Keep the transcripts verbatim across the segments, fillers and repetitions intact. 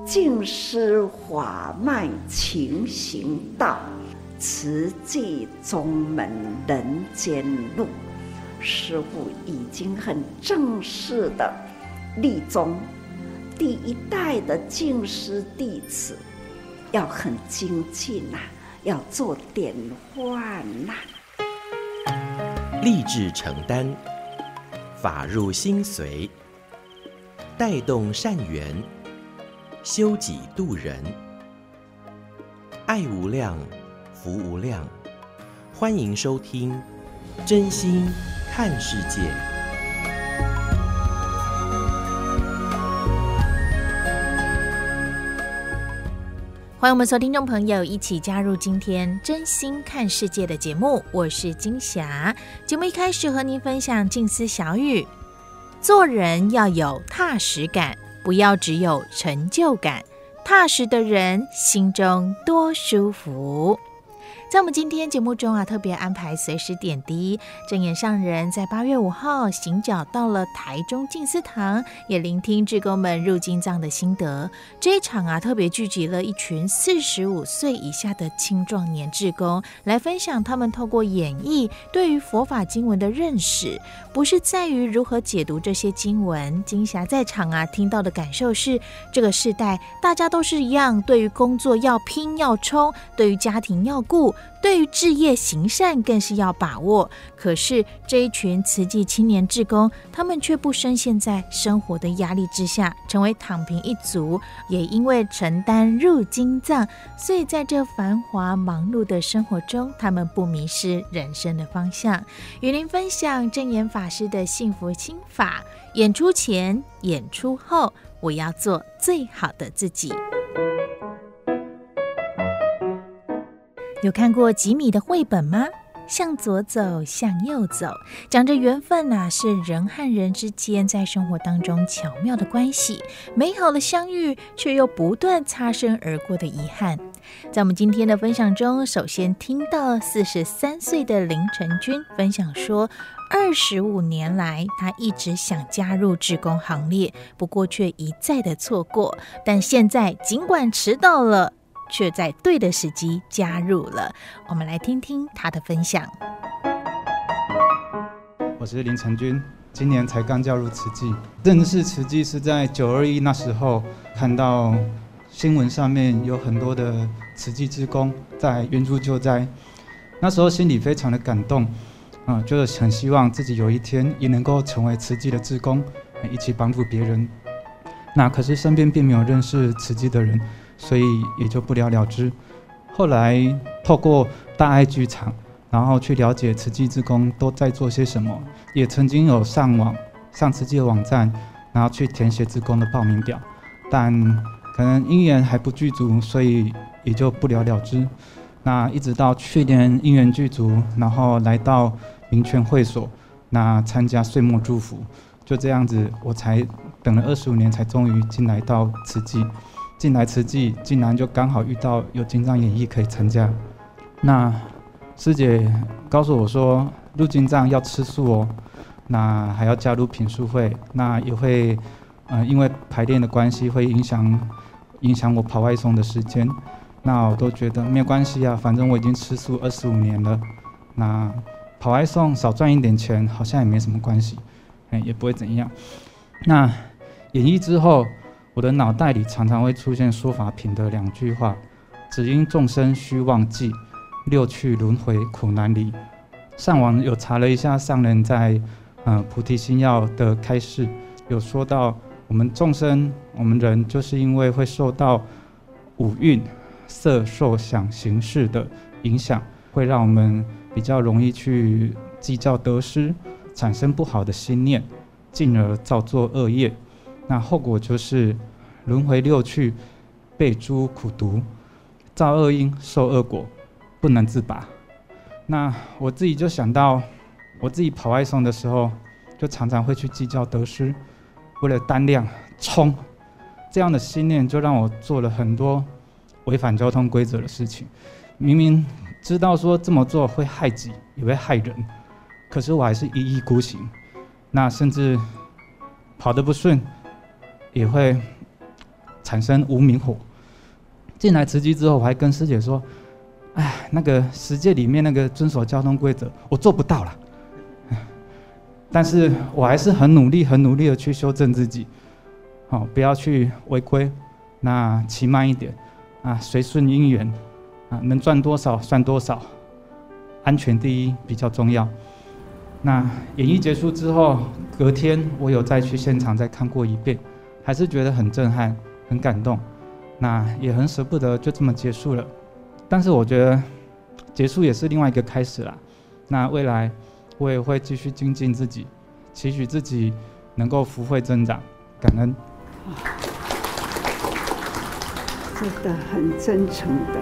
尽施法脉勤行道，慈济宗门人间路。师父已经很正式的立宗，第一代的净师弟子要很精进啊，要做典范呐、 啊。立志承担，法入心随，带动善缘，修己度人，爱无量，福无量。欢迎收听《真心看世界》。 欢迎我们所有听众朋友一起加入今天真心看世界的节目，我是金霞。节目一开始和您分享静思小语：做人要有踏实感，不要只有成就感，踏实的人心中多舒服。在我们今天节目中啊，特别安排随时点滴正言上人在八月五号行脚到了台中静思堂，也聆听志工们入经藏的心得。这一场啊，特别聚集了一群四十五岁以下的青壮年志工，来分享他们透过演绎对于佛法经文的认识，不是在于如何解读这些经文。金霞在场啊，听到的感受是，这个世代大家都是一样，对于工作要拼要冲，对于家庭要顾，对于志业行善更是要把握。可是这一群慈济青年志工，他们却不深陷在生活的压力之下，成为躺平一族。也因为承担入经藏，所以在这繁华忙碌的生活中，他们不迷失人生的方向。与您分享正言法师的幸福心法：演出前、演出后，我要做最好的自己。有看过吉米的绘本吗？向左走，向右走，讲着缘分啊，是人和人之间在生活当中巧妙的关系，美好的相遇，却又不断擦身而过的遗憾。在我们今天的分享中，首先听到四十三岁的林成君分享说，二十五年来，他一直想加入志工行列，不过却一再的错过，但现在尽管迟到了，却在对的时机加入了。我们来听听他的分享。 我是林成君，今年才刚加入慈济。认识慈济是在九二一那时候，看到新闻上面有很多的慈济志工在援助救灾，那时候心里非常的感动，嗯，就是很希望自己有一天也能够成为慈济的志工，一起帮助别人。那可是身边并没有认识慈济的人，所以也就不了了之。后来透过大爱剧场，然后去了解慈济志工都在做些什么，也曾经有上网上慈济的网站，然后去填写志工的报名表，但可能因缘还不具足，所以也就不了了之。那一直到去年因缘具足，然后来到民权会所，那参加岁末祝福，就这样子，我才等了二十五年，才终于进来到慈济。进来慈济，竟然就刚好遇到有经藏演绎可以参加。那师姐告诉我说，入经藏要吃素哦，那还要加入品素会，那也会，呃，因为排练的关系会影响影响我跑外送的时间。那我都觉得没有关系啊，反正我已经吃素二十五年了，那跑外送少赚一点钱，好像也没什么关系，哎，也不会怎样。那演绎之后，我的脑袋里常常会出现说法品的两句话：只因众生须忘记，六趣轮回苦难离。上网有查了一下上人在呃菩提心要的开示，有说到我们众生，我们人就是因为会受到五蕴色受想行识的影响，会让我们比较容易去计较得失，产生不好的心念，进而造作恶业。那后果就是轮回六趣，被诸苦毒，造恶因，受恶果，不能自拔。那我自己就想到，我自己跑外送的时候，就常常会去计较得失，为了单量冲，这样的心念就让我做了很多违反交通规则的事情。明明知道说这么做会害己，也会害人，可是我还是一意孤行。那甚至跑得不顺，也会产生无明火。进来慈济之后，我还跟师姐说：“哎，那个十戒里面那个遵守交通规则，我做不到了。”但是我还是很努力、很努力的去修正自己，好、哦，不要去违规，那骑慢一点，啊，随顺因缘，啊，能赚多少算多少，安全第一比较重要。那演艺结束之后，隔天我有再去现场再看过一遍，还是觉得很震撼、很感动。那也很舍不得就这么结束了，但是我觉得结束也是另外一个开始啦。那未来我也会继续精进自己，期许自己能够福慧增长，感恩。 真的很真诚的。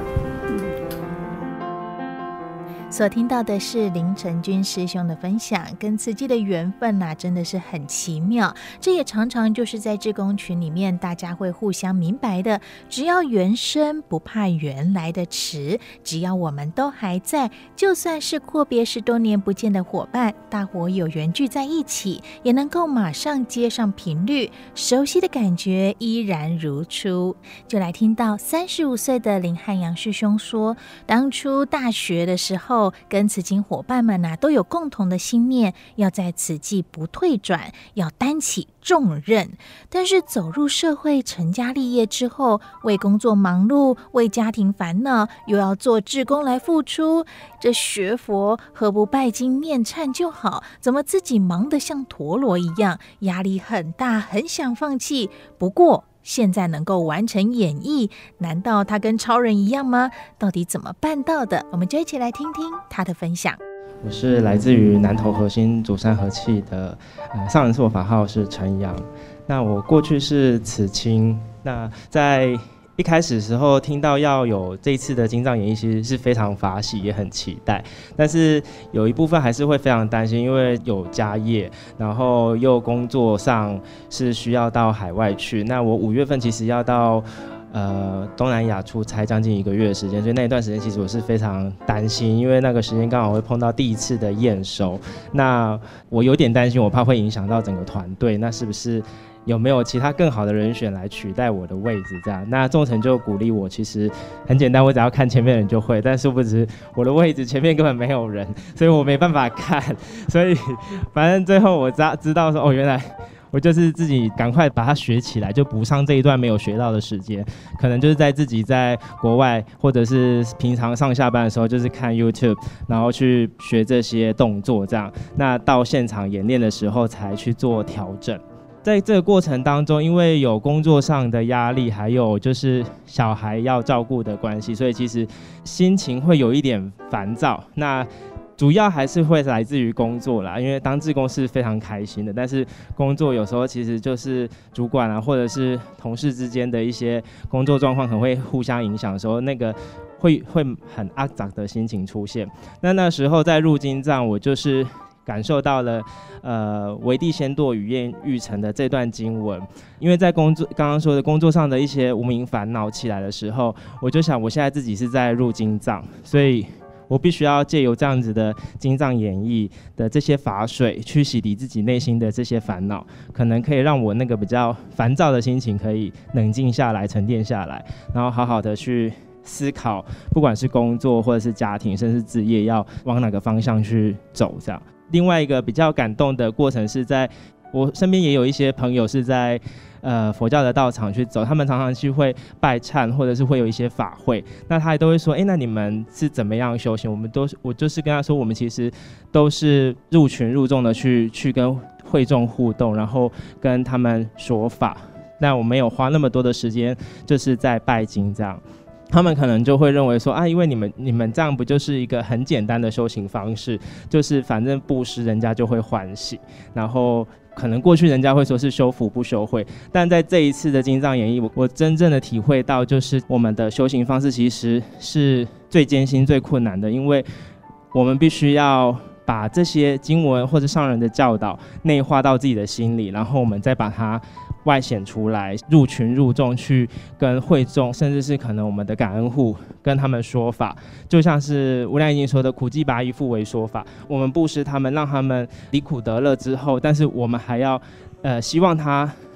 所听到的是林成军师兄的分享，跟慈济的缘分啊，真的是很奇妙。这也常常就是在志工群里面，大家会互相明白的，只要缘深不怕缘来的迟，只要我们都还在，就算是阔别十多年不见的伙伴，大伙有缘聚在一起，也能够马上接上频率，熟悉的感觉依然如初。就来听到三十五岁的林汉阳师兄说，当初大学的时候跟慈济伙伴们啊，都有共同的心念，要在慈济不退转，要担起重任。但是走入社会，成家立业之后，为工作忙碌，为家庭烦恼，又要做志工来付出。这学佛何不拜经念忏就好？怎么自己忙得像陀螺一样，压力很大，很想放弃。不过现在能够完成演绎，难道他跟超人一样吗？到底怎么办到的？我们就一起来听听他的分享。 我是来自于南投核心祖山和气的，呃，上人是我法号是陈阳。那我过去是慈青，那在一开始的时候听到要有这一次的经藏演绎，其实是非常法喜，也很期待。但是有一部分还是会非常担心，因为有家业，然后又工作上是需要到海外去。那我五月份其实要到呃东南亚出差将近一个月的时间，所以那一段时间其实我是非常担心，因为那个时间刚好会碰到第一次的验收。那我有点担心，我怕会影响到整个团队，那是不是有没有其他更好的人选来取代我的位置？这样，那仲成就鼓励我，其实很简单，我只要看前面的人就会。但殊不知我的位置前面根本没有人，所以我没办法看。所以反正最后我知知道说，哦，原来我就是自己赶快把它学起来，就补上这一段没有学到的时间。可能就是在自己在国外或者是平常上下班的时候，就是看 YouTube， 然后去学这些动作，这样。那到现场演练的时候才去做调整。在这个过程当中，因为有工作上的压力，还有就是小孩要照顾的关系，所以其实心情会有一点烦躁。那主要还是会来自于工作啦，因为当志工是非常开心的，但是工作有时候其实就是主管啊，或者是同事之间的一些工作状况可能会互相影响的时候，那个会会很阿杂的心情出现。那那时候在入经藏，我就是感受到了，呃，为地先堕，与愿欲成的这段经文。因为在工作刚刚说的工作上的一些无明烦恼起来的时候，我就想，我现在自己是在入经藏，所以我必须要借由这样子的经藏演绎的这些法水，去洗涤自己内心的这些烦恼，可能可以让我那个比较烦躁的心情可以冷静下来、沉淀下来，然后好好的去思考，不管是工作或者是家庭，甚至职业，要往哪个方向去走，这样。另外一个比较感动的过程是在我身边也有一些朋友是在呃佛教的道场去走，他们常常去会拜忏，或者是会有一些法会，那他也都会说，哎，那你们是怎么样修行？我们都是我就是跟他说，我们其实都是入群入众的去去跟会众互动，然后跟他们说法。那我没有花那么多的时间，就是在拜经这样。他们可能就会认为说啊，因为你们你们这样不就是一个很简单的修行方式，就是反正布施人家就会欢喜，然后可能过去人家会说是修福不修慧，但在这一次的经藏演绎，我我真正的体会到，就是我们的修行方式其实是最艰辛最困难的，因为我们必须要把这些经文或者上人的教导内化到自己的心里，然后我们再把它外显出来，入群入众去跟会众，甚至是可能我们的感恩户跟他们说法，就像是无量易经说的苦济拔夷复为说法，我们布施他们，让他们离苦得乐之后，但是我们还要呃希望他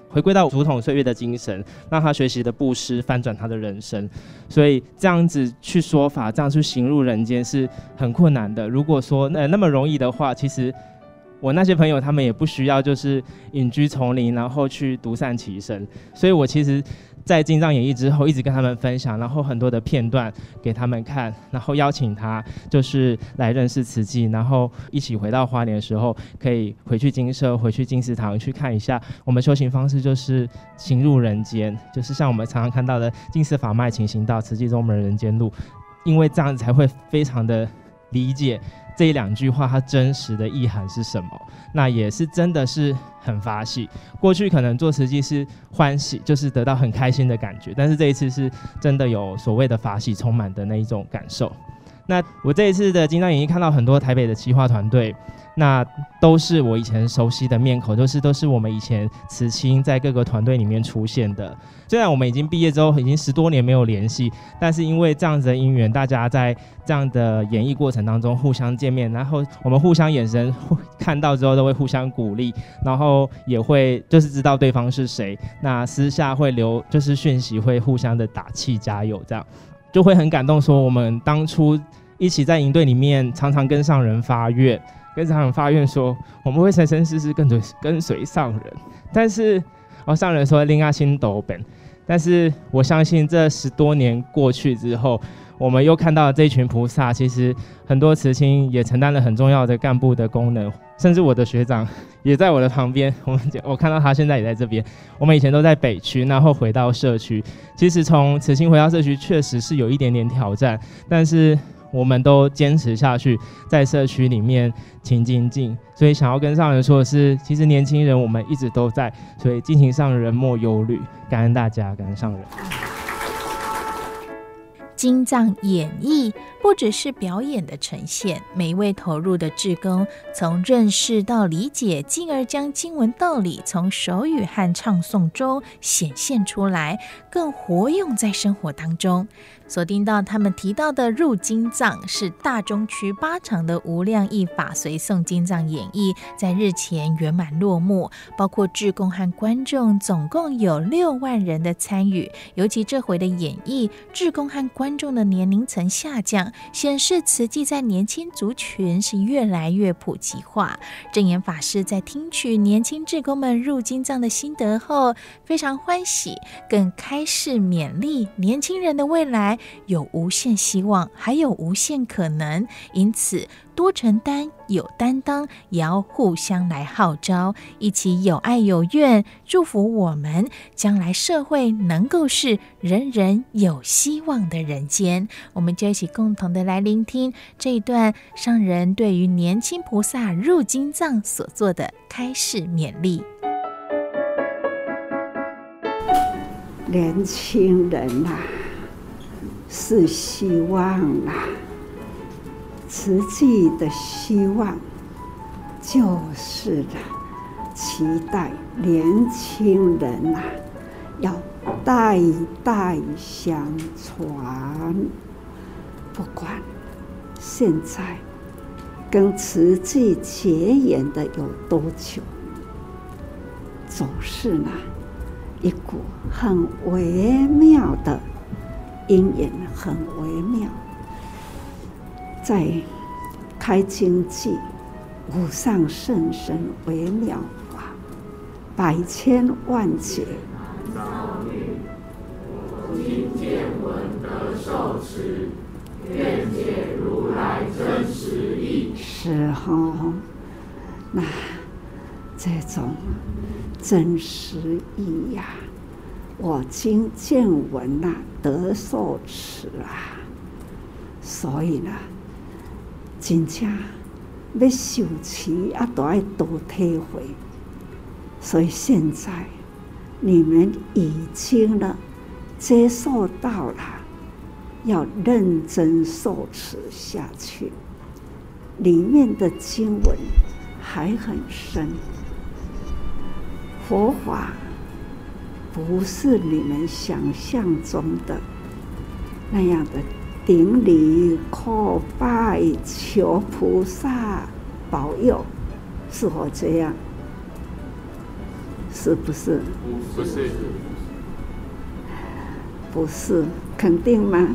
回归到竹筒岁月的精神，让他学习的布施翻转他的人生。所以这样子去说法，这样去行入人间是很困难的。如果说、呃、那么容易的话，其实我那些朋友他们也不需要就是隐居丛林，然后去独善其身。所以我其实在金藏演义之后一直跟他们分享，然后很多的片段给他们看，然后邀请他就是来认识慈济，然后一起回到花莲的时候可以回去精舍，回去金石堂去看一下我们修行方式，就是行入人间，就是像我们常常看到的净思法脉勤行道，慈济宗门人间路。因为这样子才会非常的理解这两句话它真实的意涵是什么，那也是真的是很法喜。过去可能做慈济是欢喜，就是得到很开心的感觉，但是这一次是真的有所谓的法喜充满的那一种感受。那我这一次的金藏演义看到很多台北的企划团队，那都是我以前熟悉的面孔，都是都是我们以前慈青在各个团队里面出现的。虽然我们已经毕业之后已经十多年没有联系，但是因为这样子的因缘，大家在这样的演绎过程当中互相见面，然后我们互相眼神看到之后都会互相鼓励，然后也会就是知道对方是谁，那私下会留就是讯息，会互相的打气加油，这样就会很感动。说我们当初一起在营队里面常常跟上人发愿，跟上人发愿说我们会生生世世跟随跟随上人，但是哦上人说令阿心斗本，但是我相信这十多年过去之后，我们又看到这一群菩萨，其实很多慈青也承担了很重要的干部的功能，甚至我的学长也在我的旁边，我们我看到他现在也在这边。我们以前都在北区，然后回到社区，其实从慈青回到社区确实是有一点点挑战，但是我们都坚持下去，在社区里面勤精进。所以想要跟上人说的是，其实年轻人我们一直都在，所以敬请上人莫忧虑，感恩大家，感恩上人。 金藏演义不只是表演的呈现，每一位投入的志工从认识到理解，进而将经文道理从手语和唱诵中显现出来，更活用在生活当中。锁定到他们提到的入金藏是大中区八场的无量义法随诵金藏演义，在日前圆满落幕，包括志工和观众总共有六万人的参与。尤其这回的演义，志工和观众的年龄层下降，显示慈济在年轻族群是越来越普及化。正言法师在听取年轻志工们入金藏的心得后，非常欢喜，更开示勉励年轻人的未来有无限希望，还有无限可能，因此多承担，有担当，也要互相来号召，一起有爱有愿，祝福我们将来社会能够是人人有希望的人间。我们就一起共同的来聆听这一段上人对于年轻菩萨入金藏所做的开示勉励。 年轻人啊，是希望啊，慈济的希望就是啊，期待年轻人啊，要代代相传。不管现在跟慈济结缘的有多久，总是呢一股很微妙的因缘，很微妙。在开经记，无上甚深微妙法，百千万劫。我今见闻得受持，愿解如来真实义。是哈，那这种真实义呀、啊，我今见闻呐、啊，得受持啊，所以呢，真正要受持啊，都要多体会。所以现在你们已经呢接受到了，要认真受持下去。里面的经文还很深，佛法不是你们想象中的那样的顶礼叩拜求菩萨保佑，是否这样？ 是不是？ 不是。 不是，肯定吗？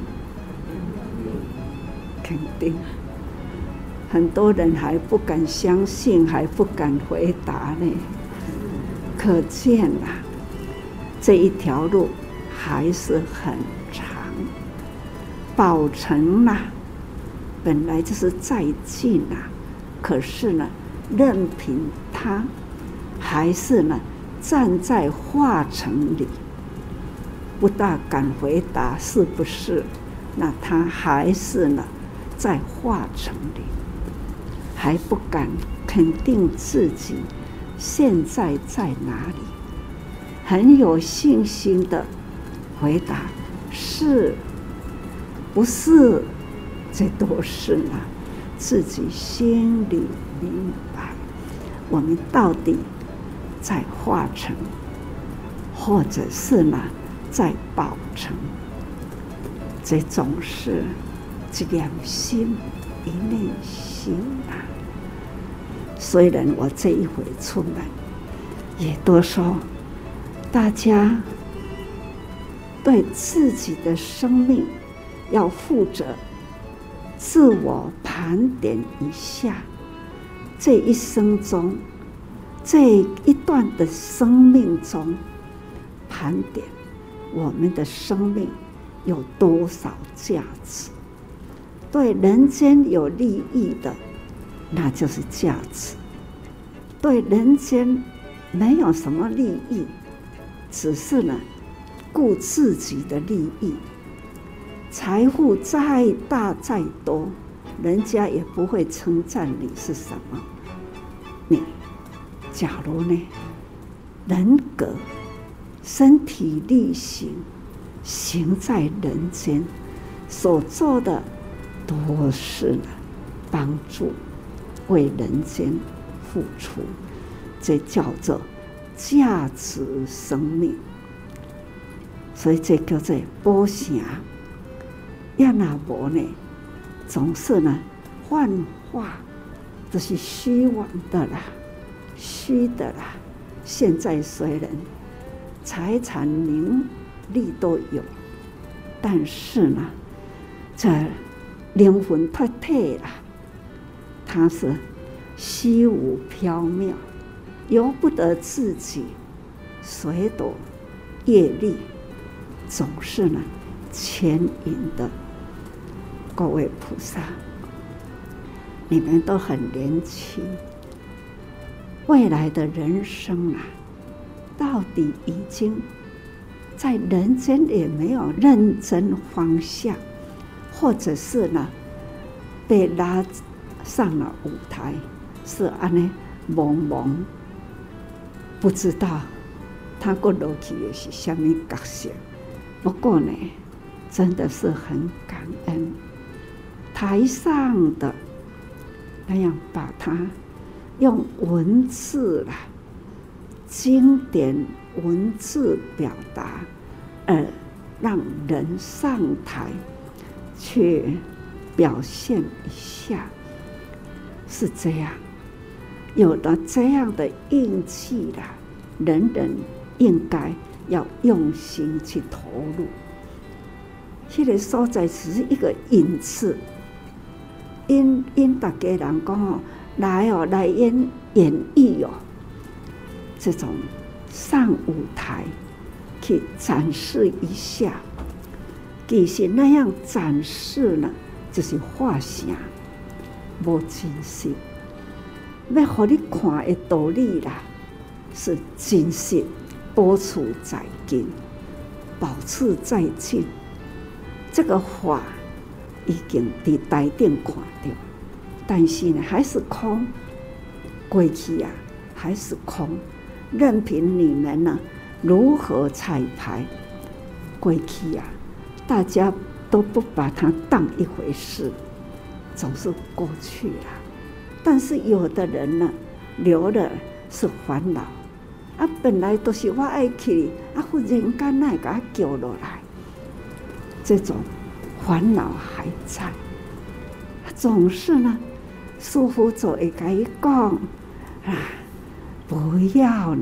肯定。很多人还不敢相信，还不敢回答呢。可见啊，这一条路还是很长。宝城啊，本来就是在近啊，可是呢，任凭他还是呢站在化城里，不大敢回答是不是？那他还是呢在化城里，还不敢肯定自己现在在哪里，很有信心的回答是不是？这都是呢自己心里明白，我们到底在化城，或者是呢在宝城，这总是一念心一念心啊。虽然我这一回出门，也都说大家对自己的生命要负责，自我盘点一下，这一生中，这一段的生命中，盘点我们的生命有多少价值？对人间有利益的，那就是价值；对人间没有什么利益，只是呢顾自己的利益。财富再大再多，人家也不会称赞你是什么。你假如呢，人格、身体力行，行在人间，所做的都是呢帮助，为人间付出，这叫做价值生命。所以这叫做保城。要那无呢，总是呢幻化，这是虚妄的啦，虚的啦。现在虽然财产名利都有，但是呢，这灵魂脱体啦，它是虚无缥缈，由不得自己，随躲业力，总是呢牵引的。各位菩萨，你们都很年轻，未来的人生啊，到底已经在人间也没有认真方向，或者是呢被拉上了舞台，是安尼懵懵，不知道他过落去的是什么角色。不过呢，真的是很感恩。台上的那样把它用文字啦，经典文字表达，而让人上台去表现一下，是这样。有了这样的运气啦，人人应该要用心去投入。这个所在只是一个引子。因因大家人讲哦，来哦，来演演绎哦，这种上舞台去展示一下，其实那样展示呢，就是画像，无真实。要互你看的道理啦，是真实，保持在近，保持在近。这个画已经在台顶看到，但是呢，还是空。过去啊，还是空。任凭你们呢如何彩排，过去啊，大家都不把它当一回事，总是过去了。但是有的人呢，留的是烦恼啊，本来都是我爱去，啊，忽然间那给他叫落来，这种烦恼还在，总是呢，师父就会跟伊讲啊，不要呢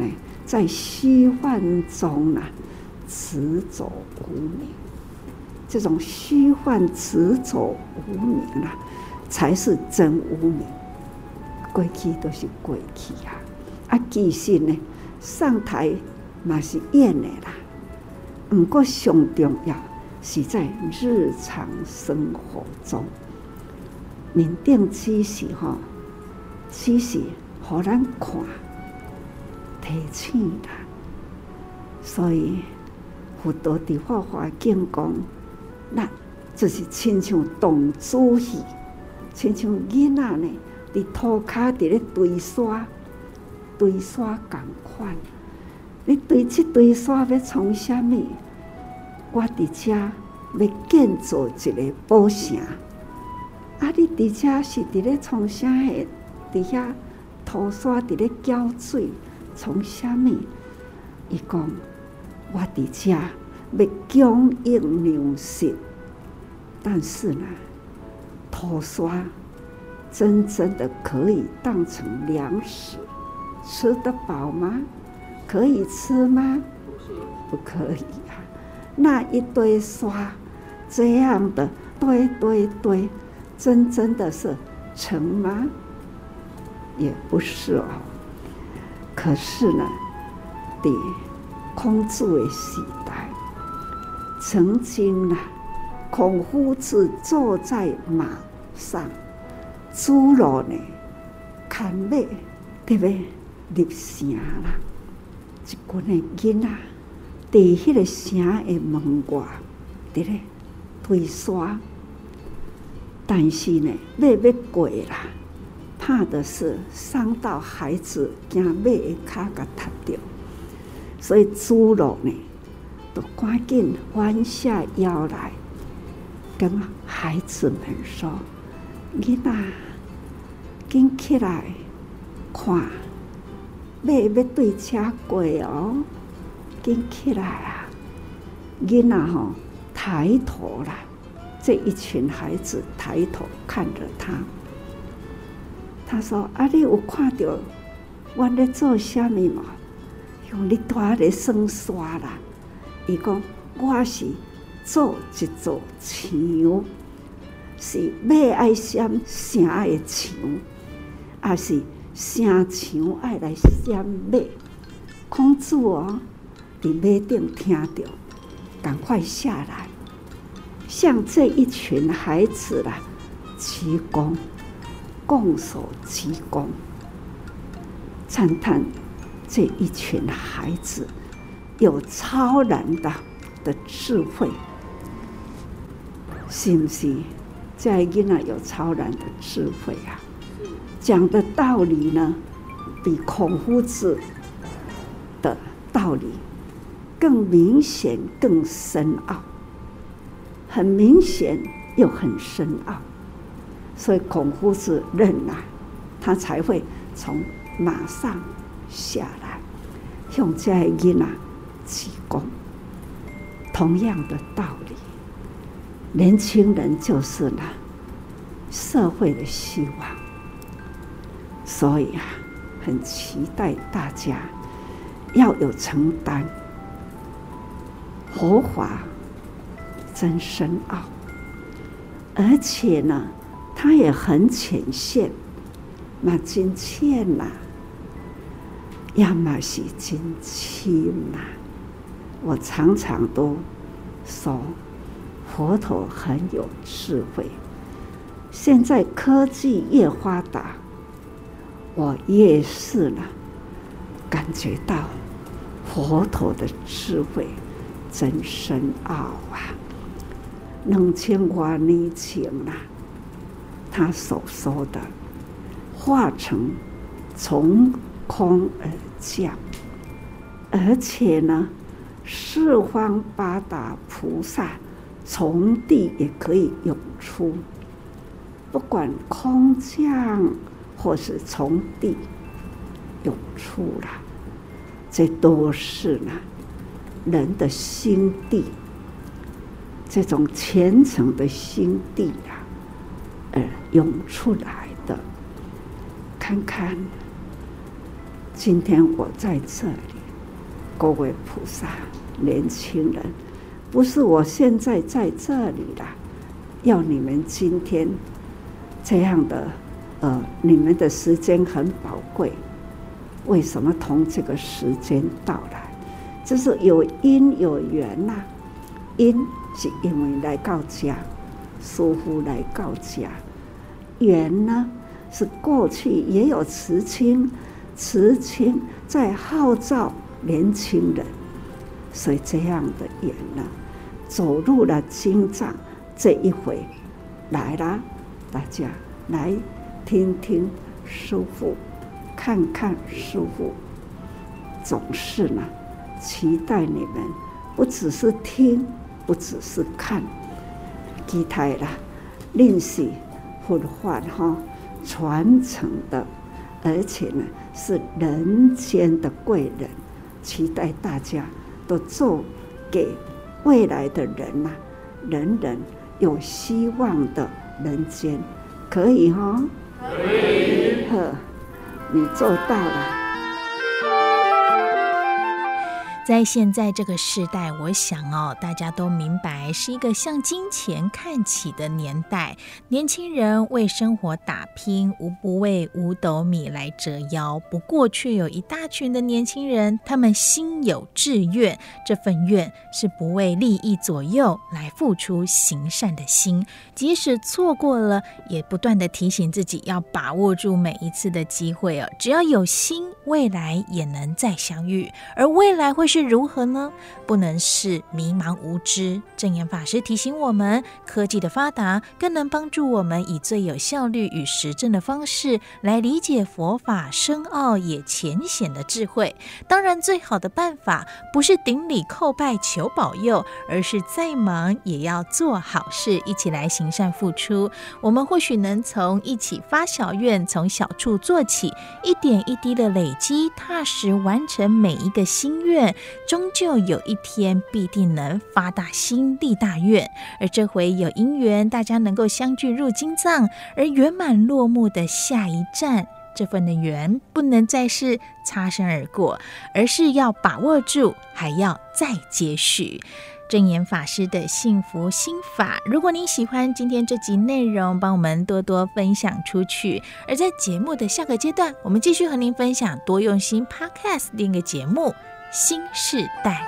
在虚幻中啊，执着无明。这种虚幻执着无明啊，才是真无明。过去都是过去啊，啊，其实呢，上台嘛是演的啦。不过上重要是在日常生活中，面顶指示吼，指示互咱看，提醒啦。所以佛陀伫法华经讲，咱就是亲像童子戏，亲像囡仔呢，伫涂骹伫咧堆沙，堆沙共款。你堆这堆沙要创啥物？我伫遮要建造一个宝城。啊，你伫遮是伫咧创啥个？伫遐涂沙伫咧搅水，创啥物？伊讲我伫遮要供应粮食，但是呢，涂沙真正的可以当成粮食，吃得饱吗？可以吃吗？不可以啊！那一堆沙，这样的堆堆堆，真真的是成吗？也不是哦。可是呢，在孔子的时代，曾经呢，孔夫子坐在马上，主路呢，牵马特别入城啦。一群的囡仔伫迄个城的门外，伫咧推沙，但是呢，马要过啦，怕的是伤到孩子，惊马的脚甲踢着，所以主路呢，就赶紧弯下腰来，跟孩子们说：“囡仔，紧起来看。”马要对车过哦，紧起来啊！囡仔吼抬头啦，这一群孩子抬头看着他。他说：“啊，你有看到我咧做啥物嘛？用你带咧耍沙啦。”伊讲：“我是做一座墙，是马爱闪城的墙，也是。”城墙爱来闪马，孔子哦，伫马顶听到，赶快下来，向这一群孩子啦鞠躬，拱手鞠躬，赞叹这一群孩子有超然的的智慧，是不是？这囡仔有超然的智慧啊！讲的道理呢，比孔夫子的道理更明显、更深奥，很明显又很深奥，所以孔夫子认啊，他才会从马上下来，向这些囡仔鞠躬。同样的道理，年轻人就是呢，社会的希望。所以啊，很期待大家要有承担。佛法真深奥，而且呢，它也很浅显，嘛真浅呐，要么是真轻呐。我常常都说，佛陀很有智慧。现在科技越发达，我越是呢，感觉到佛陀的智慧真深奥啊！两千多年前啊，他所说的化成从空而降，而且呢，四方八达菩萨从地也可以涌出，不管空降或是从地涌出了，这都是呢人的心地，这种虔诚的心地啊，而涌出来的。看看，今天我在这里各位菩萨、年轻人，不是我现在在这里啦，要你们今天这样的，呃，你们的时间很宝贵。为什么同这个时间到来？这是有因有缘呐、啊。因是因为来到家，师父来到家；缘呢，是过去也有慈亲，慈亲在号召年轻人，所以这样的缘呢，走入了经藏这一回来啦，大家来听听师父，看看师父，总是呢期待你们不只是听，不只是看，期待啦，练习佛法哈传承的，而且呢是人间的贵人，期待大家都做给未来的人呐、啊，人人有希望的人间，可以哈？可以。呵，你做到了。 在现在这个时代，我想哦，大家都明白是一个向金钱看齐的年代。年轻人为生活打拼，无不为五斗米来折腰。不过，却有一大群的年轻人，他们心有志愿，这份愿是不为利益左右来付出行善的心。即使错过了，也不断的提醒自己要把握住每一次的机会哦。只要有心，未来也能再相遇。而未来会是如何呢？不能是迷茫无知。证严法师提醒我们，科技的发达更能帮助我们以最有效率与实证的方式来理解佛法深奥也浅显的智慧。当然，最好的办法不是顶礼叩拜求保佑，而是再忙也要做好事，一起来行善付出。我们或许能从一起发小愿，从小处做起，一点一滴的累积，踏实完成每一个心愿，终究有一天必定能发大心立大愿。而这回有因缘，大家能够相聚入经藏，而圆满落幕的下一站，这份的缘不能再是擦身而过，而是要把握住，还要再接续。证严法师的幸福心法，如果您喜欢今天这集内容，帮我们多多分享出去。而在节目的下个阶段，我们继续和您分享多用心 Podcast 另一个节目新世代。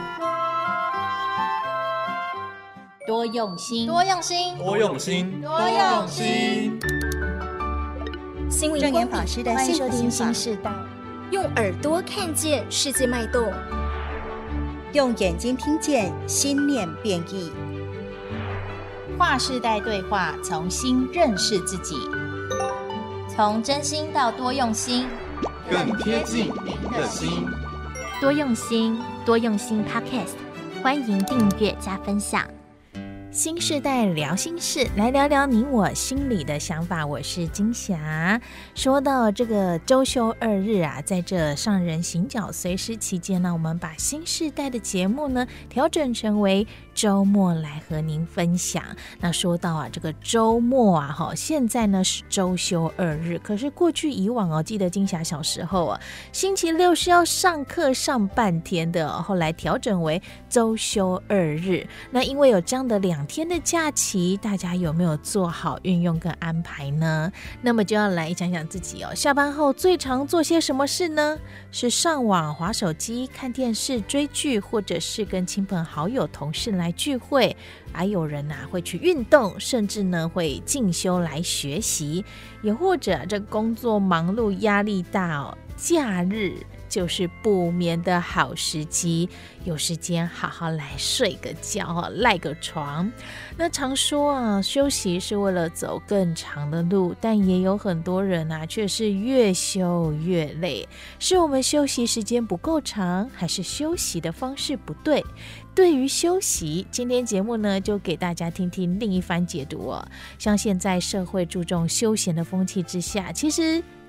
多用心， 多用心， 多用心， 多用心。 新闻证严法师的幸福心法， 新世代，用耳朵看见世界脉动， 用眼睛听见心念变异。 跨世代对话，重新认识自己，从真心到多用心， 更贴近您的心。 多用心，多用心 Podcast， 欢迎订阅加分享。 新世代聊心事，来聊聊你我心里的想法。我是金霞。说到这个周休二日啊，在这上人行脚随时期间呢，我们把新世代的节目呢调整成为周末来和您分享。那说到啊，这个周末啊，哈，现在呢是周休二日，可是过去以往哦，记得金霞小时候啊，星期六是要上课上半天的，后来调整为周休二日。那因为有这样的两天的假期，大家有没有做好运用跟安排呢？那么就要来讲讲自己哦，下班后最常做些什么事呢？是上网滑手机看电视追剧，或者是跟亲朋好友同事来聚会，还有人啊会去运动，甚至呢会进修来学习，也或者这工作忙碌压力大哦，假日就是不眠的好时机，有时间好好来睡个觉，赖个床。那常说啊，休息是为了走更长的路，但也有很多人啊，却是越休越累。是我们休息时间不够长，还是休息的方式不对？对于休息，今天节目呢，就给大家听听另一番解读哦。像现在社会注重休闲的风气之下，其实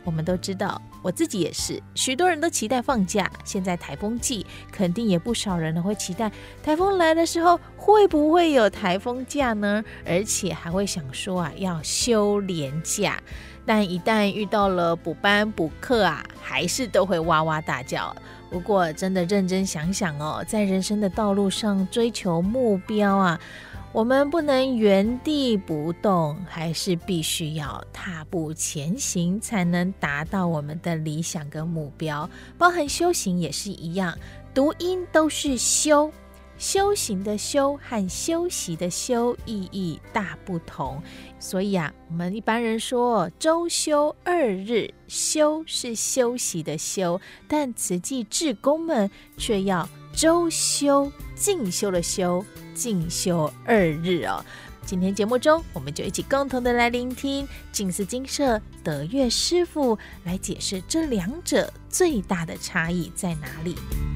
我们都知道，我自己也是，许多人都期待放假。现在台风季，肯定也不少人会期待台风来的时候会不会有台风假呢？而且还会想说啊，要休连假。但一旦遇到了补班补课啊，还是都会哇哇大叫。不过真的认真想想哦，在人生的道路上追求目标啊，我们不能原地不动，还是必须要踏步前行，才能达到我们的理想跟目标。包含修行也是一样，读音都是修，修行的修和休息的休意义大不同。所以啊，我们一般人说周休二日，休是休息的休，但慈济志工们却要周休进修的修，进修二日哦。今天节目中，我们就一起共同的来聆听净思精舍德月师父来解释这两者最大的差异在哪里。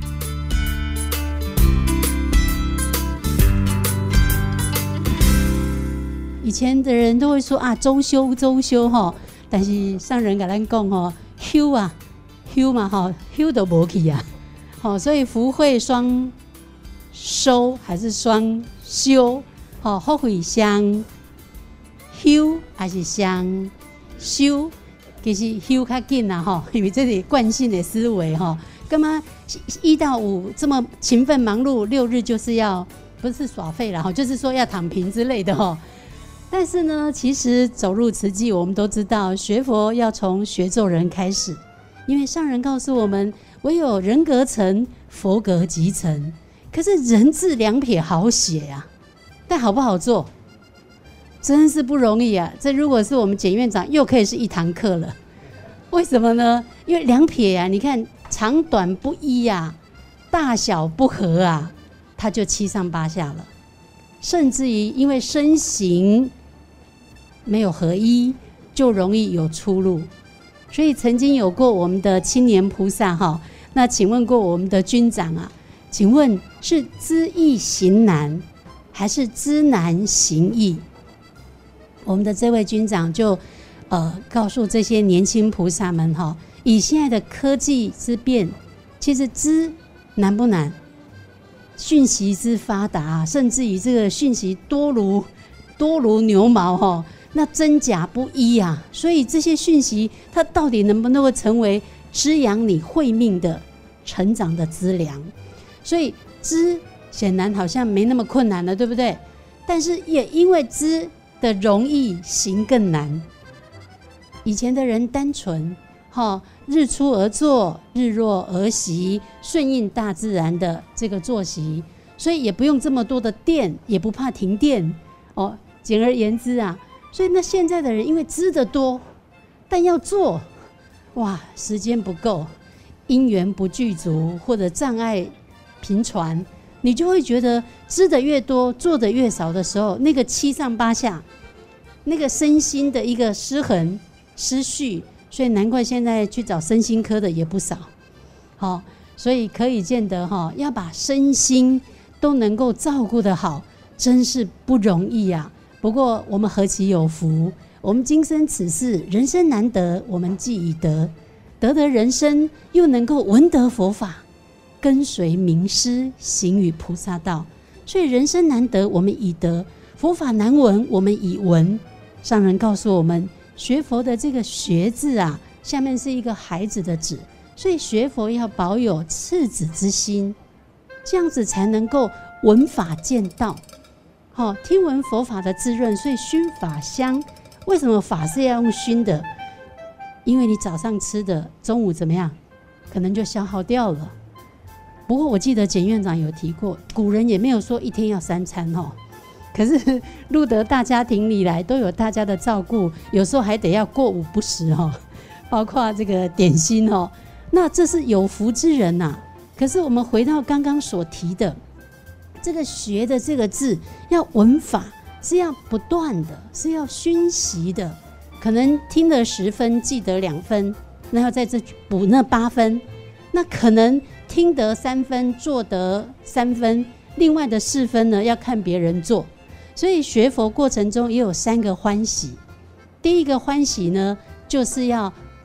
以前的人都会说啊，周休周休哈，但是上人跟咱讲哦，休啊休嘛哈，休都无去啊，好，所以福慧双收还是双修，好，福慧相休还是相修，其实休较紧啦哈，因为这是惯性的思维哈，干嘛一到五这么勤奋忙碌，六日就是要不是耍废了哈，就是说要躺平之类的哈。但是呢，其实走入慈济，我们都知道学佛要从学做人开始，因为上人告诉我们，唯有人格成，佛格即成。可是人字两撇好写啊，但好不好做，真是不容易啊！这如果是我们简院长，又可以是一堂课了。为什么呢？因为两撇啊，你看长短不一啊，大小不合啊，它就七上八下了。甚至于因为身形没有合一，就容易有出入。所以曾经有过我们的青年菩萨哈，那请问过我们的军长啊，请问是知易行难，还是知难行易？我们的这位军长就呃告诉这些年轻菩萨们哈，以现在的科技之变，其实知难不难？讯息之发达，甚至于这个讯息多如多如牛毛哈，那真假不一啊。所以这些讯息，它到底能不能够成为滋养你慧命的成长的资粮？所以知显然好像没那么困难了，对不对？但是也因为知的容易，行更难。以前的人单纯。日出而作，日落而息，顺应大自然的这个作息，所以也不用这么多的电，也不怕停电哦。简而言之啊，所以那现在的人因为知得多，但要做，哇，时间不够，因缘不具足，或者障碍频传，你就会觉得知得越多，做得越少的时候，那个七上八下，那个身心的一个失衡、失序。所以难怪现在去找身心科的也不少，好，所以可以见得哈，要把身心都能够照顾得好，真是不容易啊。不过我们何其有福，我们今生此世人生难得，我们既已得，得得人生，又能够闻得佛法，跟随名师，行于菩萨道。所以人生难得，我们已得；佛法难闻，我们已闻。上人告诉我们。学佛的这个学字啊，下面是一个孩子的子，所以学佛要保有赤子之心，这样子才能够闻法见道。好、哦，听闻佛法的滋润，所以熏法香。为什么法是要用熏的？因为你早上吃的，中午怎么样，可能就消耗掉了。不过我记得简院长有提过，古人也没有说一天要三餐哦。可是入得大家庭里来，都有大家的照顾，有时候还得要过午不食哦，包括这个点心哦。那这是有福之人呐、啊。可是我们回到刚刚所提的这个学的这个字，要闻法是要不断的，是要熏习的。可能听得十分，记得两分，然后在这补那八分。那可能听得三分，做得三分，另外的四分呢，要看别人做。所以学佛过程中也有三个欢喜。第一个欢喜呢，就是要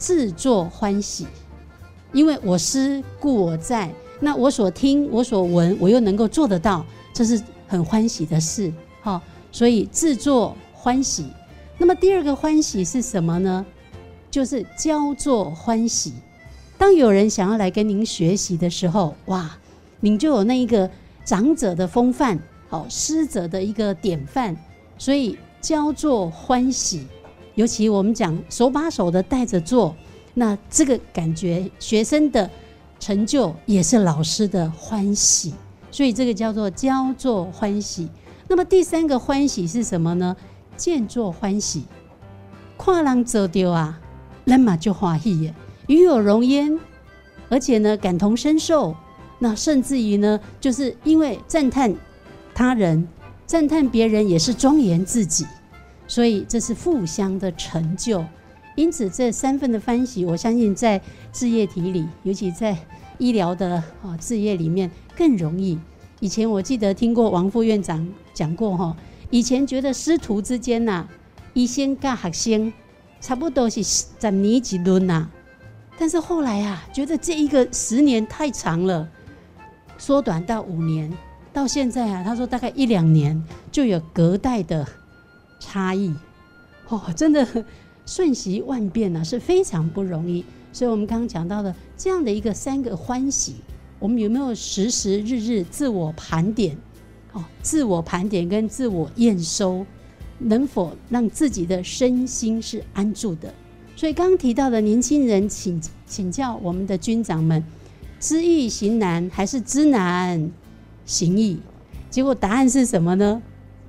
自作欢喜，因为我思故我在，那我所听我所闻我又能够做得到，这是很欢喜的事、哦、所以自作欢喜。那么第二个欢喜是什么呢？就是教作欢喜。当有人想要来跟您学习的时候，哇，您就有那一个长者的风范、哦、师者的一个典范，所以教作欢喜。尤其我们讲手把手的带着做，那这个感觉学生的成就也是老师的欢喜，所以这个叫做教作欢喜。那么第三个欢喜是什么呢？见作欢喜。看人做到啊，咱嘛就欢喜耶，与有荣焉，而且呢感同身受，那甚至于呢就是因为赞叹他人，赞叹别人也是庄严自己，所以这是互相的成就。因此这三份的欢喜，我相信在志业体里，尤其在医疗的志业里面更容易。以前我记得听过王副院长讲过，以前觉得师徒之间啊，医生跟学生差不多是十年一轮啊，但是后来啊，觉得这一个十年太长了，缩短到五年，到现在啊，他说大概一两年就有隔代的差异，哦，真的瞬息万变啊，是非常不容易。所以我们刚刚讲到的这样的一个三个欢喜，我们有没有时时日日自我盘点、哦、自我盘点跟自我验收，能否让自己的身心是安住的？所以刚刚提到的年轻人请请教我们的军长们，知易行难还是知难行易？结果答案是什么呢？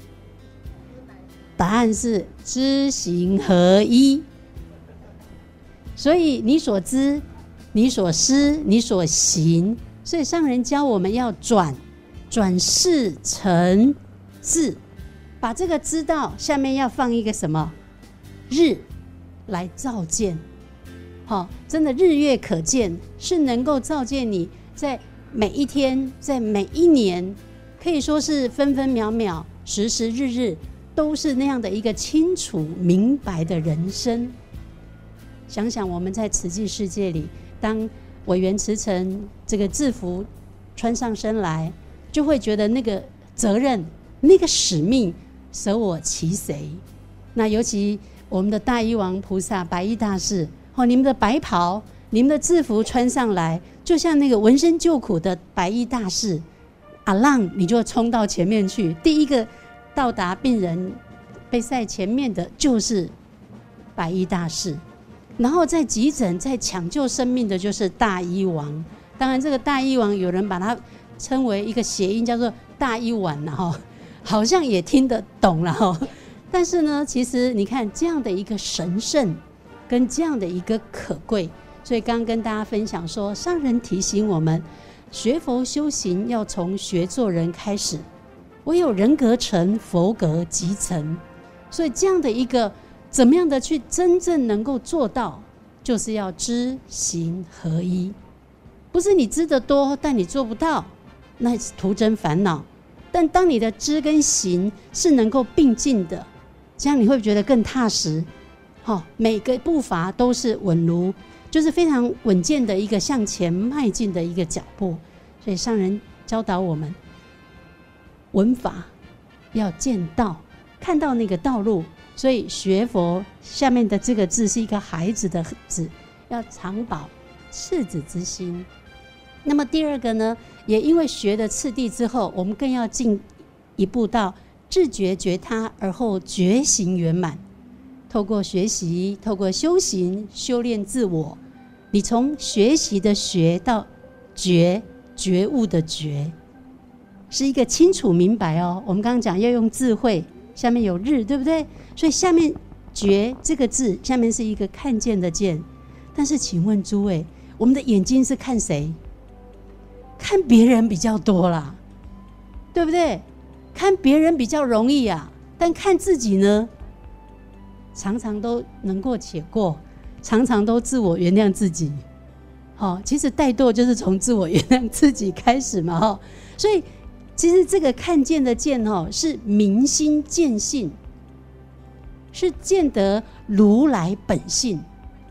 答案是知行合一。所以你所知、你所思、你所行，所以上人教我们要转转事成智，把这个知道下面要放一个什么日来照见、哦、真的日月可见，是能够照见你在每一天，在每一年，可以说是分分秒秒、时时日日都是那样的一个清楚明白的人生。想想我们在慈济世界里，当委员慈诚这个制服穿上身来，就会觉得那个责任、那个使命舍我其谁。那尤其我们的大医王菩萨、白衣大士、哦、你们的白袍、你们的制服穿上来，就像那个闻声救苦的白衣大士，阿浪你就冲到前面去，第一个到达病人被塞前面的就是白衣大士，然后在急诊在抢救生命的就是大医王。当然这个大医王有人把它称为一个谐音叫做大医丸，然后好像也听得懂了，但是呢其实你看这样的一个神圣跟这样的一个可贵，所以刚刚跟大家分享说，上人提醒我们学佛修行要从学做人开始，唯有人格成佛格即成。所以这样的一个怎么样的去真正能够做到，就是要知行合一。不是你知得多但你做不到，那是徒增烦恼。但当你的知跟行是能够并进的，这样你会觉得更踏实、哦、每个步伐都是稳如，就是非常稳健的一个向前迈进的一个脚步。所以上人教导我们闻法要见道，看到那个道路。所以学佛下面的这个字是一个孩子的字，要常保赤子之心。那么第二个呢，也因为学的次第之后，我们更要进一步到自觉觉他，而后觉行圆满。透过学习，透过修行修炼自我，你从学习的学到觉觉悟的觉，是一个清楚明白哦。我们刚刚讲要用智慧，下面有日，对不对？所以下面觉这个字下面是一个看见的见。但是请问诸位，我们的眼睛是看谁？看别人比较多啦，对不对？看别人比较容易啊，但看自己呢，常常都能过且过，常常都自我原谅自己、哦、其实怠惰就是从自我原谅自己开始嘛、哦、所以其实这个看见的见、哦、是明心见性，是见得如来本性。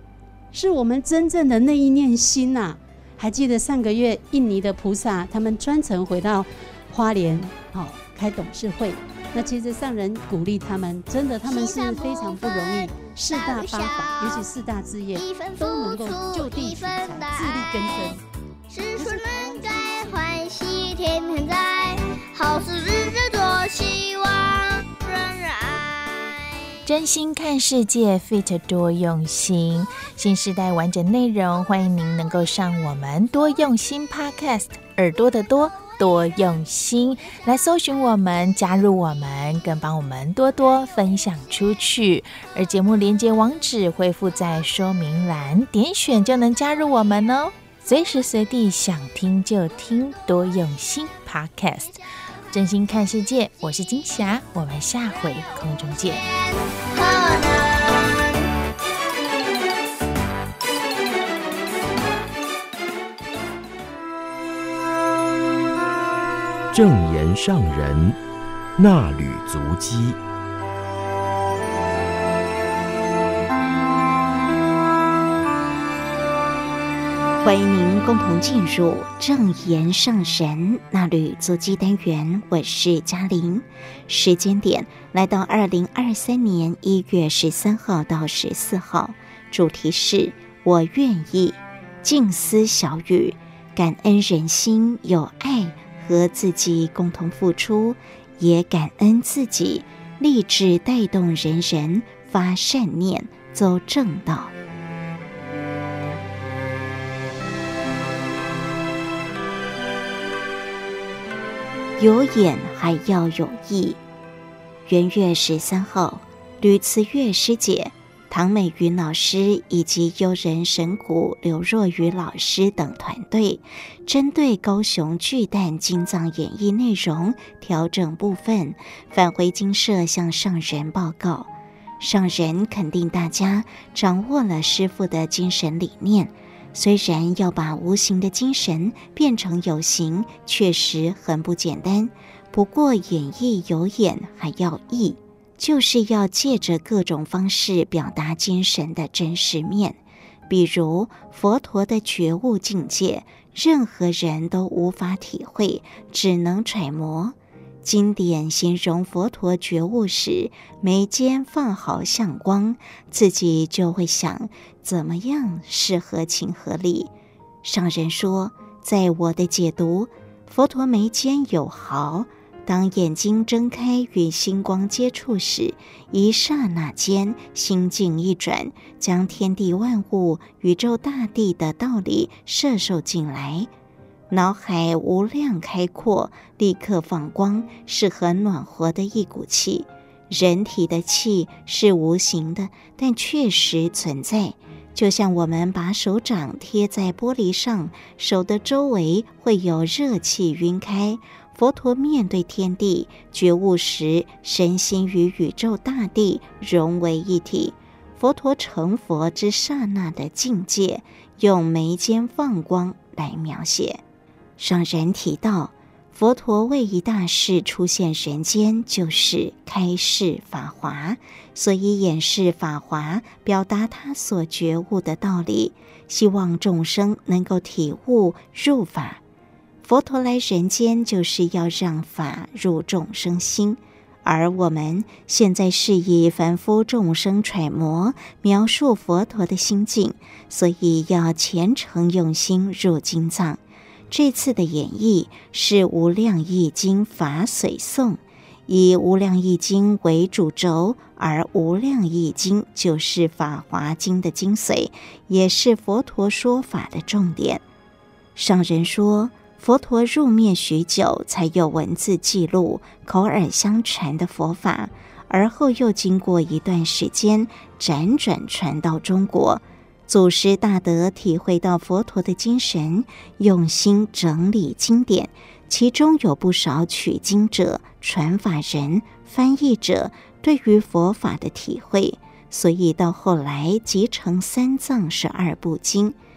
是我们真正的那一念心呐、啊。还记得上个月印尼的菩萨，他们专程回到花莲，好、哦、开董事会。那其实上人鼓励他们，真的他们是非常不容易，四大方法，尤其四大志业都能够就地取材，自力更生。 世出能改，欢喜天天在，好事日日多，希望人人爱。 真心看世界 ，fit 多用心，新时代完整内容，欢迎您能够上我们多用心 Podcast， 耳朵的多。多用心来搜寻我们，加入我们，更帮我们多多分享出去。而节目连结网址会附在说明栏，点选就能加入我们哦。随时随地想听就听，多用心 Podcast， 真心看世界，我是金霞，我们下回空中见。 正言上人衲履足迹。 欢迎您共同进入正言上人衲履足迹单元，我是嘉玲。时间点来到二零二三年一月十三号到十四号，主题是我愿意。静思小语，感恩人心有爱，和自己共同付出，也感恩自己立志带动人人发善念，走正道。有眼还要有意。元月十三号，吕慈月师姐、唐美云老师以及悠人神谷刘若愚老师等团队，针对高雄巨蛋经藏演绎内容调整部分，返回精舍向上人报告。上人肯定大家掌握了师父的精神理念，虽然要把无形的精神变成有形，确实很不简单。不过演绎有眼还要意，就是要借着各种方式表达精神的真实面。比如佛陀的觉悟境界，任何人都无法体会，只能揣摩。经典形容佛陀觉悟时，眉间放好相光，自己就会想怎么样是合情合理。上人说，在我的解读，佛陀眉间有毫，当眼睛睁开与星光接触时，一刹那间心境一转，将天地万物、宇宙大地的道理摄受进来，脑海无量开阔，立刻放光，是很暖和的一股气。人体的气是无形的，但确实存在。就像我们把手掌贴在玻璃上，手的周围会有热气晕开。佛陀面对天地觉悟时，身心与宇宙大地融为一体。佛陀成佛之刹那的境界，用眉间放光来描写。上人提到，佛陀为一大事出现人间，就是开示法华，所以演示法华，表达他所觉悟的道理，希望众生能够体悟入法。佛陀来人间，就是要让法入众生心，而我们现在是以凡夫众生揣摩描述佛陀的心境，所以要虔诚用心入经藏。这次的演绎是《无量易经》法髓颂，以《无量易经》为主轴，而《无量易经》就是《法华经》的精髓，也是佛陀说法的重点。上人说，佛陀入灭许久，才有文字记录、口耳相传的佛法，而后又经过一段时间辗转传到中国。祖师大德体会到佛陀的精神，用心整理经典，其中有不少取经者、传法人、翻译者对于佛法的体会，所以到后来集成三藏十二部经。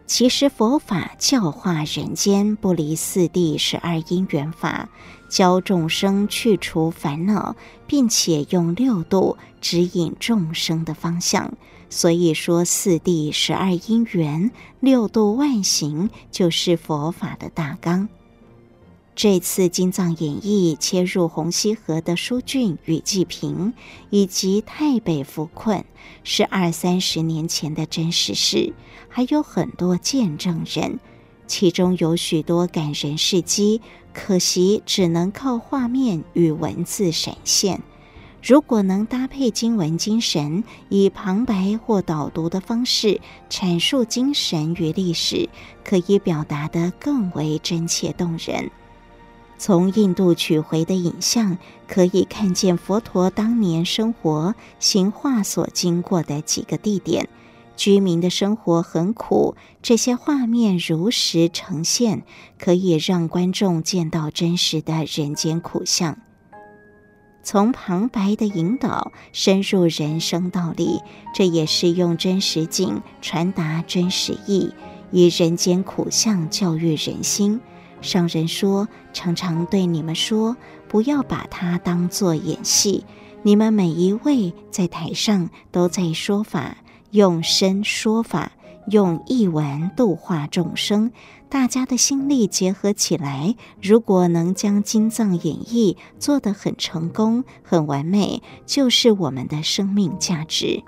其实佛法教化人间，不离四谛十二因缘法，教众生去除烦恼，并且用六度指引众生的方向。所以说四谛十二因缘，六度万行，就是佛法的大纲。这次金藏演义切入洪溪河的疏浚与济贫，以及太北扶困，是二三十年前的真实事，还有很多见证人，其中有许多感人事迹，可惜只能靠画面与文字闪现。如果能搭配经文精神，以旁白或导读的方式阐述精神与历史，可以表达得更为真切动人。从印度取回的影像，可以看见佛陀当年生活行化所经过的几个地点，居民的生活很苦，这些画面如实呈现，可以让观众见到真实的人间苦相。从旁白的引导深入人生道理，这也是用真实景传达真实意，以人间苦相教育人心。上人说，常常对你们说，不要把它当作演戏，你们每一位在台上都在说法，用身说法，用译文度化众生，大家的心力结合起来，如果能将金藏演义做得很成功很完美，就是我们的生命价值。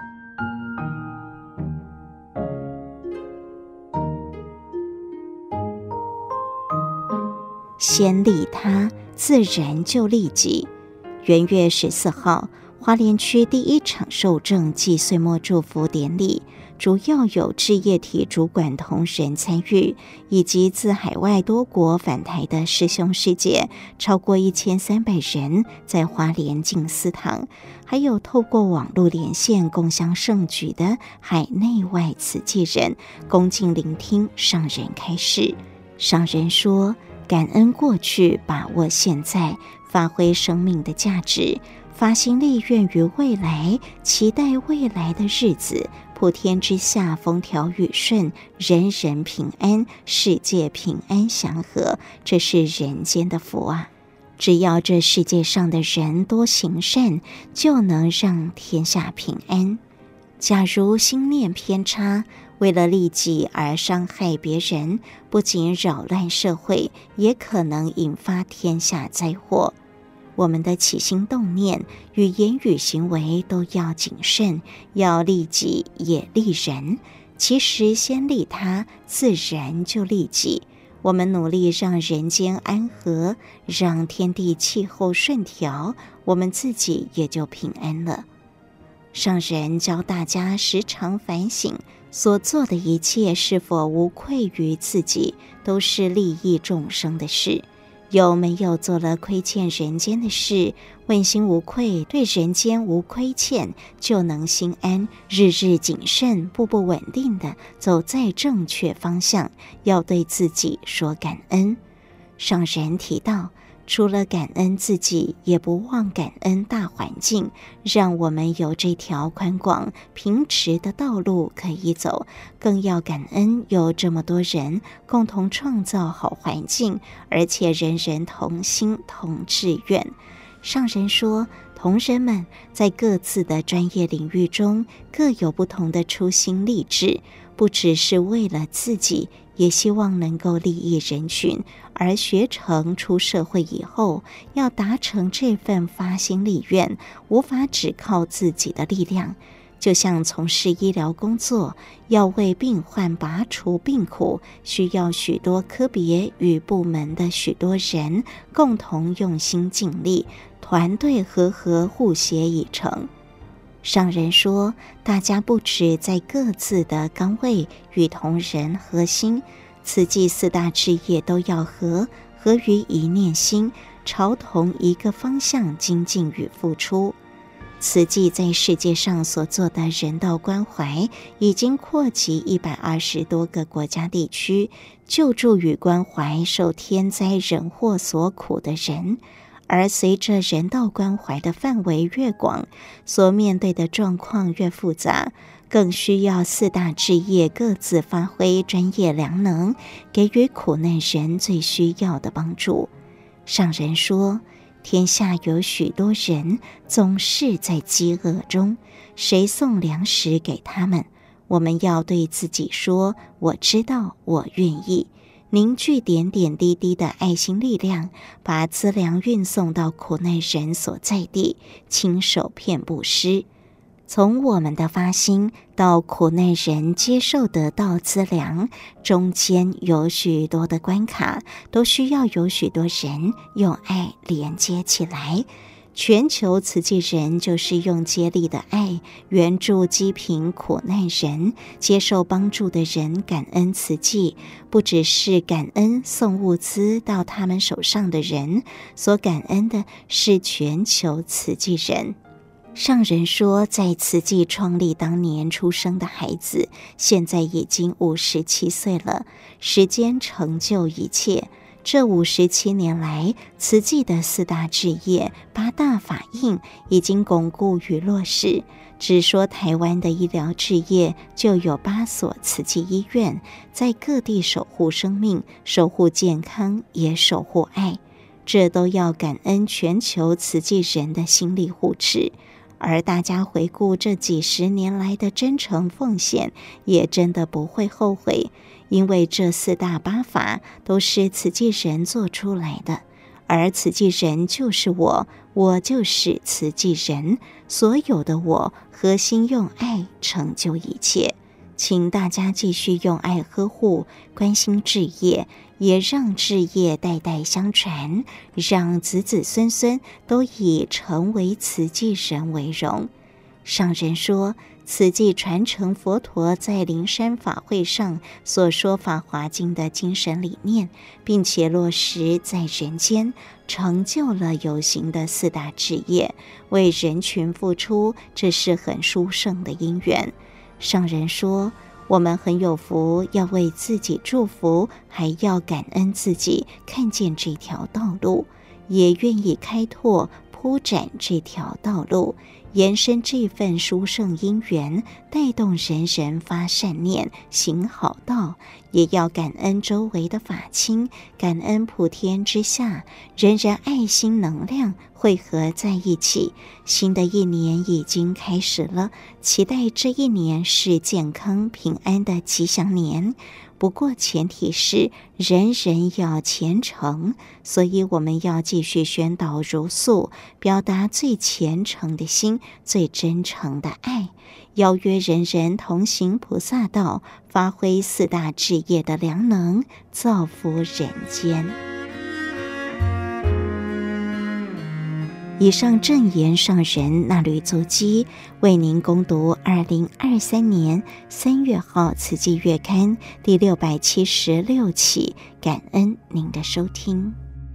先利他，自然就利己。元月十四号，花莲区第一场受证暨岁末祝福典礼，主要有志业体主管同仁参与，以及自海外多国返台的师兄师姐超过一千三百人，在花莲静思堂，还有透过网络连线共襄盛举的海内外慈济人，恭敬聆听上人开示。上人说，感恩过去，把握现在，发挥生命的价值，发心立愿于未来，期待未来的日子，普天之下风调雨顺，人人平安，世界平安祥和，这是人间的福啊！只要这世界上的人多行善，就能让天下平安。假如心念偏差，为了利己而伤害别人，不仅扰乱社会，也可能引发天下灾祸。我们的起心动念、语言与行为都要谨慎，要利己也利人。其实先利他，自然就利己。我们努力让人间安和，让天地气候顺调，我们自己也就平安了。上人教大家时常反省，所做的一切是否无愧于自己，都是利益众生的事。有没有做了亏欠人间的事，问心无愧，对人间无亏欠，就能心安，日日谨慎，步步稳定的走在正确方向。要对自己说感恩。上人提到，除了感恩自己，也不忘感恩大环境，让我们有这条宽广平直的道路可以走，更要感恩有这么多人共同创造好环境，而且人人同心同志愿。上人说，同仁们在各自的专业领域中各有不同的初心立志，不只是为了自己，也希望能够利益人群，而学成出社会以后，要达成这份发心立愿，无法只靠自己的力量。就像从事医疗工作，要为病患拔除病苦，需要许多科别与部门的许多人共同用心尽力，团队和合互协以成。上人说，大家不止在各自的岗位与同仁合心，慈济四大志业都要合，合于一念心，朝同一个方向精进与付出。慈济在世界上所做的人道关怀，已经扩及一百二十多个国家地区，救助与关怀受天灾人祸所苦的人。而随着人道关怀的范围越广，所面对的状况越复杂， 更需要四大志业各自发挥专业良能，给予苦难人最需要的帮助。上人说，天下有许多人总是在饥饿中，谁送粮食给他们？我们要对自己说，我知道，我愿意，凝聚点点滴滴的爱心力量，把资粮运送到苦难人所在地，亲手遍布施。从我们的发心到苦难人接受得到资粮，中间有许多的关卡，都需要有许多人用爱连接起来。全球慈济人就是用接力的爱援助积贫苦难人，接受帮助的人感恩慈济，不只是感恩送物资到他们手上的人，所感恩的是全球慈济人。上人说，在慈济创立当年出生的孩子，现在已经五十七岁了，时间成就一切。这五十七年来，慈济的四大志业、八大法印已经巩固与落实。只说台湾的医疗志业，就有八所慈济医院，在各地守护生命、守护健康，也守护爱。这都要感恩全球慈济人的心力护持。而大家回顾这几十年来的真诚奉献，也真的不会后悔，因为这四大八法都是慈济人做出来的，而慈济人就是我，我就是慈济人，所有的我核心用爱成就一切。请大家继续用爱呵护、关心志业，也让志业代代相传，让子子孙孙都以成为慈济人为荣。上人说，慈济传承佛陀在灵山法会上所说《法华经》的精神理念，并且落实在人间，成就了有形的四大志业，为人群付出，这是很殊胜的因缘。上人说，我们很有福，要为自己祝福，还要感恩自己看见这条道路，也愿意开拓铺展这条道路，延伸这份殊胜因缘，带动人人发善念，行好道。也要感恩周围的法亲，感恩普天之下人人爱心能量汇合在一起。新的一年已经开始了，期待这一年是健康平安的吉祥年。不过前提是人人要虔诚，所以我们要继续宣导如素，表达最虔诚的心，最真诚的爱，邀约人人同行菩萨道，发挥四大志业的良能，造福人间。以上正言上人那履足迹，为您攻读二零二三年三月号慈济月刊第六百七十六期，感恩您的收听。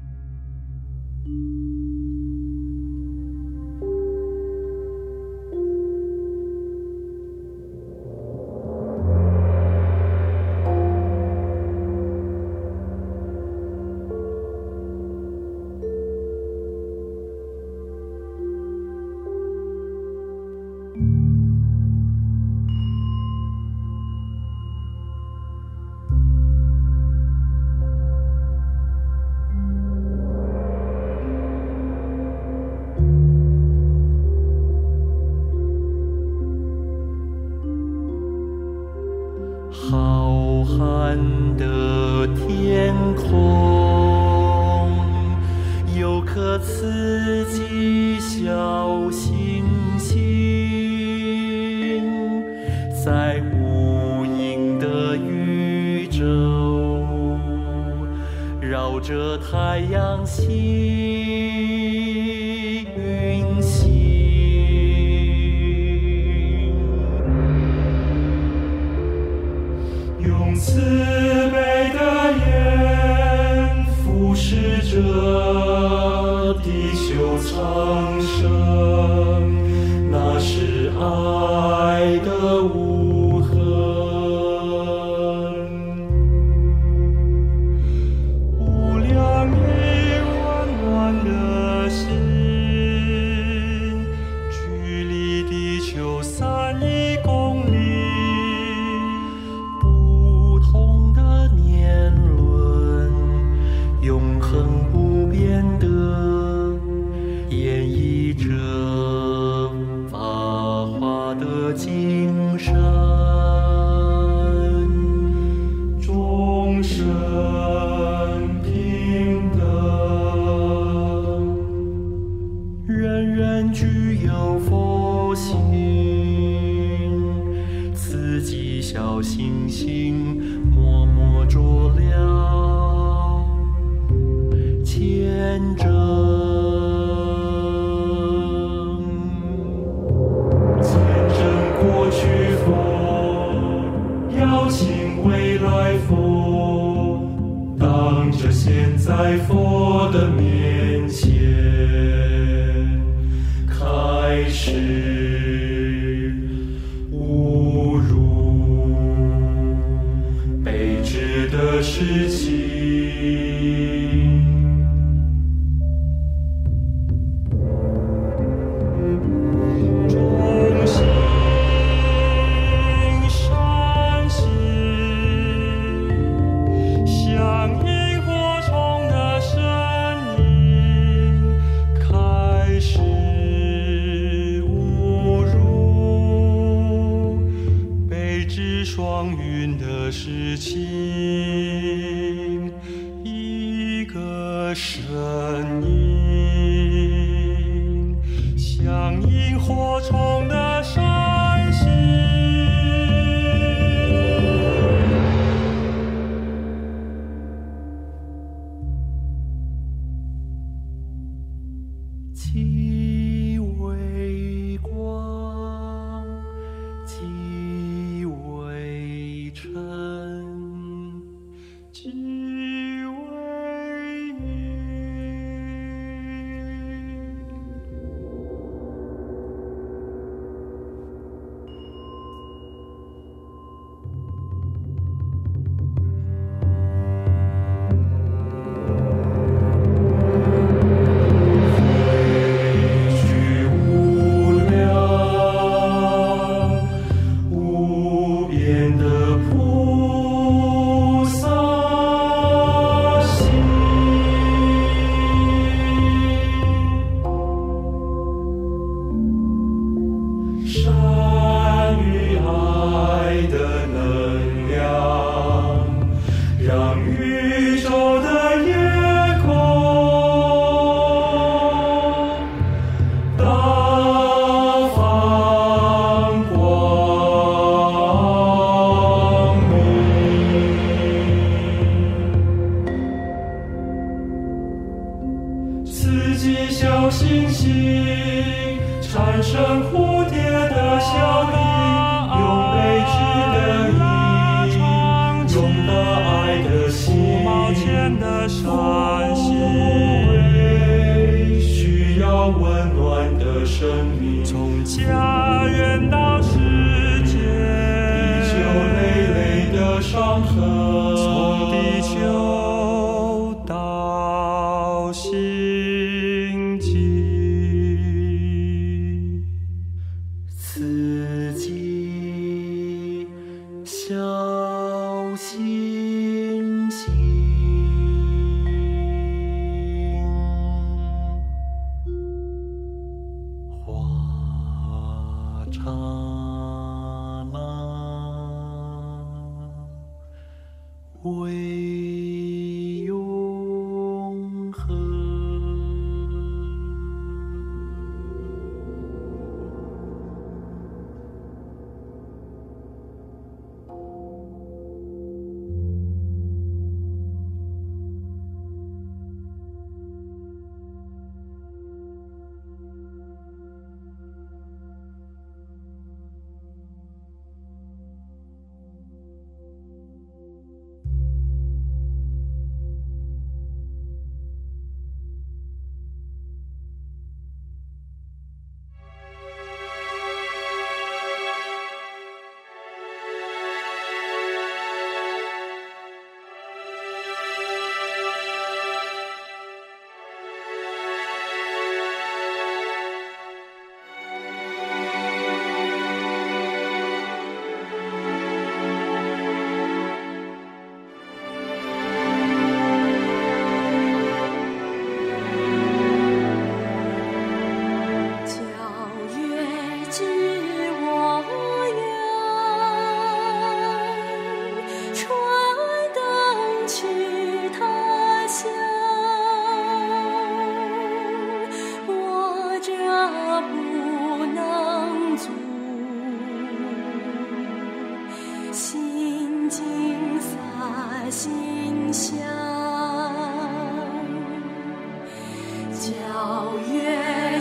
浩瀚的天空，有颗慈济小星星，在无垠的宇宙，绕着太阳系运行。用慈悲的眼俯视着地球苍生，那是爱的无痕。无量亿万万的心，距离地球三亿公里。 星默默照亮前征，见证过去风，邀请未来风，当着现在佛的面前开始误入被指的事情。事情，一个声音，像萤火虫的闪息。极微光，极微尘。只为为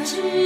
只